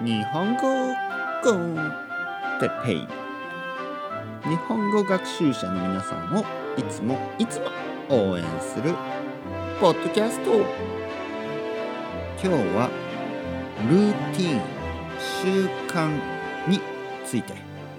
日本語コンテッペイ。日本語学習者の皆さんをいつも応援するポッドキャスト。今日はルーティン、習慣について。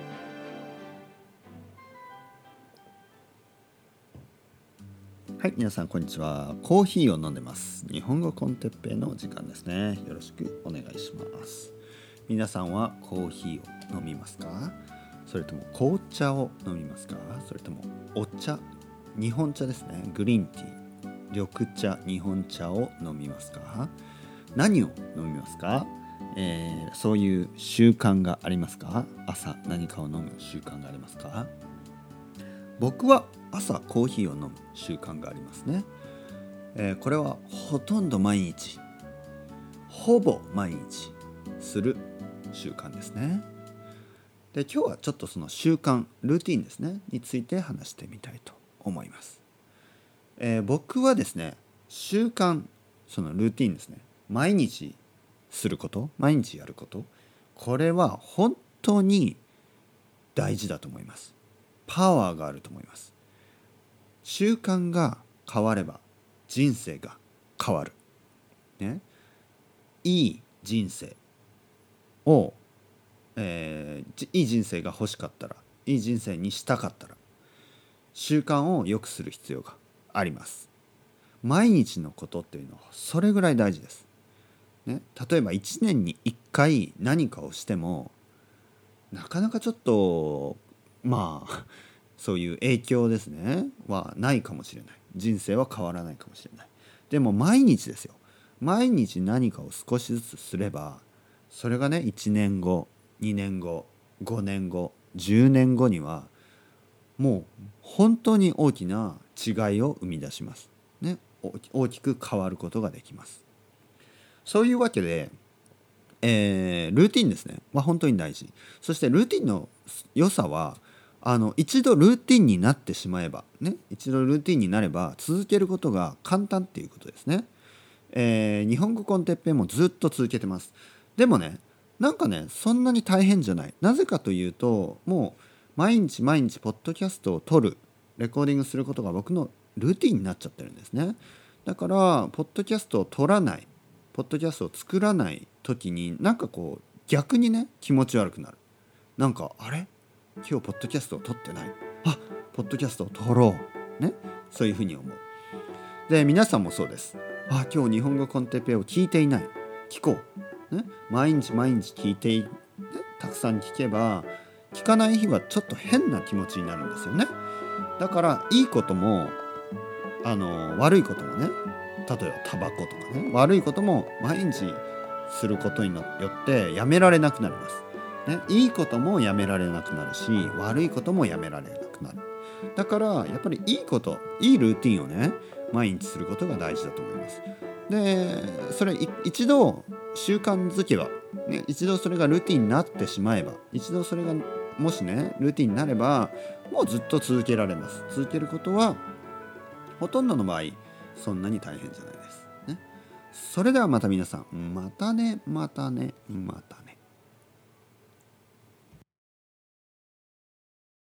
はい、皆さんこんにちは。コーヒーを飲んでます。日本語コンテッペイの時間ですね。よろしくお願いします。皆さんはコーヒーを飲みますか？それとも紅茶を飲みますか？それともお茶、日本茶ですね。グリーンティー、緑茶、日本茶を飲みますか？何を飲みますか？そういう習慣がありますか？朝何かを飲む習慣がありますか？僕は朝コーヒーを飲む習慣がありますね。これはほとんど毎日、ほぼ毎日する習慣ですね。で、今日はちょっとその習慣、ルーティンですねについて話してみたいと思います。僕はですね、習慣、そのルーティンですね、毎日すること、毎日やること、これは本当に大事だと思います。パワーがあると思います。習慣が変われば人生が変わる、ね、いい人生を、いい人生が欲しかったら、いい人生にしたかったら、習慣を良くする必要があります。毎日のことっていうのはそれぐらい大事です、ね、例えば1年に1回何かをしてもなかなかちょっとそういう影響ですねはないかもしれない。人生は変わらないかもしれない。でも毎日ですよ。毎日何かを少しずつすれば、それがね、1年後、2年後、5年後、10年後にはもう本当に大きな違いを生み出します、ね、大きく変わることができます。そういうわけで、ルーティンですねは本当に大事。そしてルーティンの良さは、一度ルーティンになってしまえばね、一度ルーティンになれば続けることが簡単っていうことですね。日本語コンテッペイもずっと続けてます。でもね、なんかね、そんなに大変じゃない。なぜかというと、もう毎日毎日ポッドキャストを撮る、レコーディングすることが僕のルーティンになっちゃってるんですね。だからポッドキャストを撮らない、ポッドキャストを作らない時に、なんかこう逆にね、気持ち悪くなる。なんかあれ、今日ポッドキャストを撮ってない、ポッドキャストを撮ろうね、そういうふうに思う。で、皆さんもそうです。今日日本語コンテッペイを聞いていない、聞こう、ね、毎日毎日聞いて、ね、たくさん聞けば、聞かない日はちょっと変な気持ちになるんですよね。だからいいことも悪いこともね、例えばタバコとかね、悪いことも毎日することによってやめられなくなります、ね、いいこともやめられなくなるし、悪いこともやめられなくなる。だからやっぱりいいこと、いいルーティンをね、毎日することが大事だと思います。で、それ一度習慣づけば、ね、一度それがルーティンになってしまえば、一度それがもしねルーティンになれば、もうずっと続けられます。続けることはほとんどの場合そんなに大変じゃないです、ね。それではまた皆さん、またね。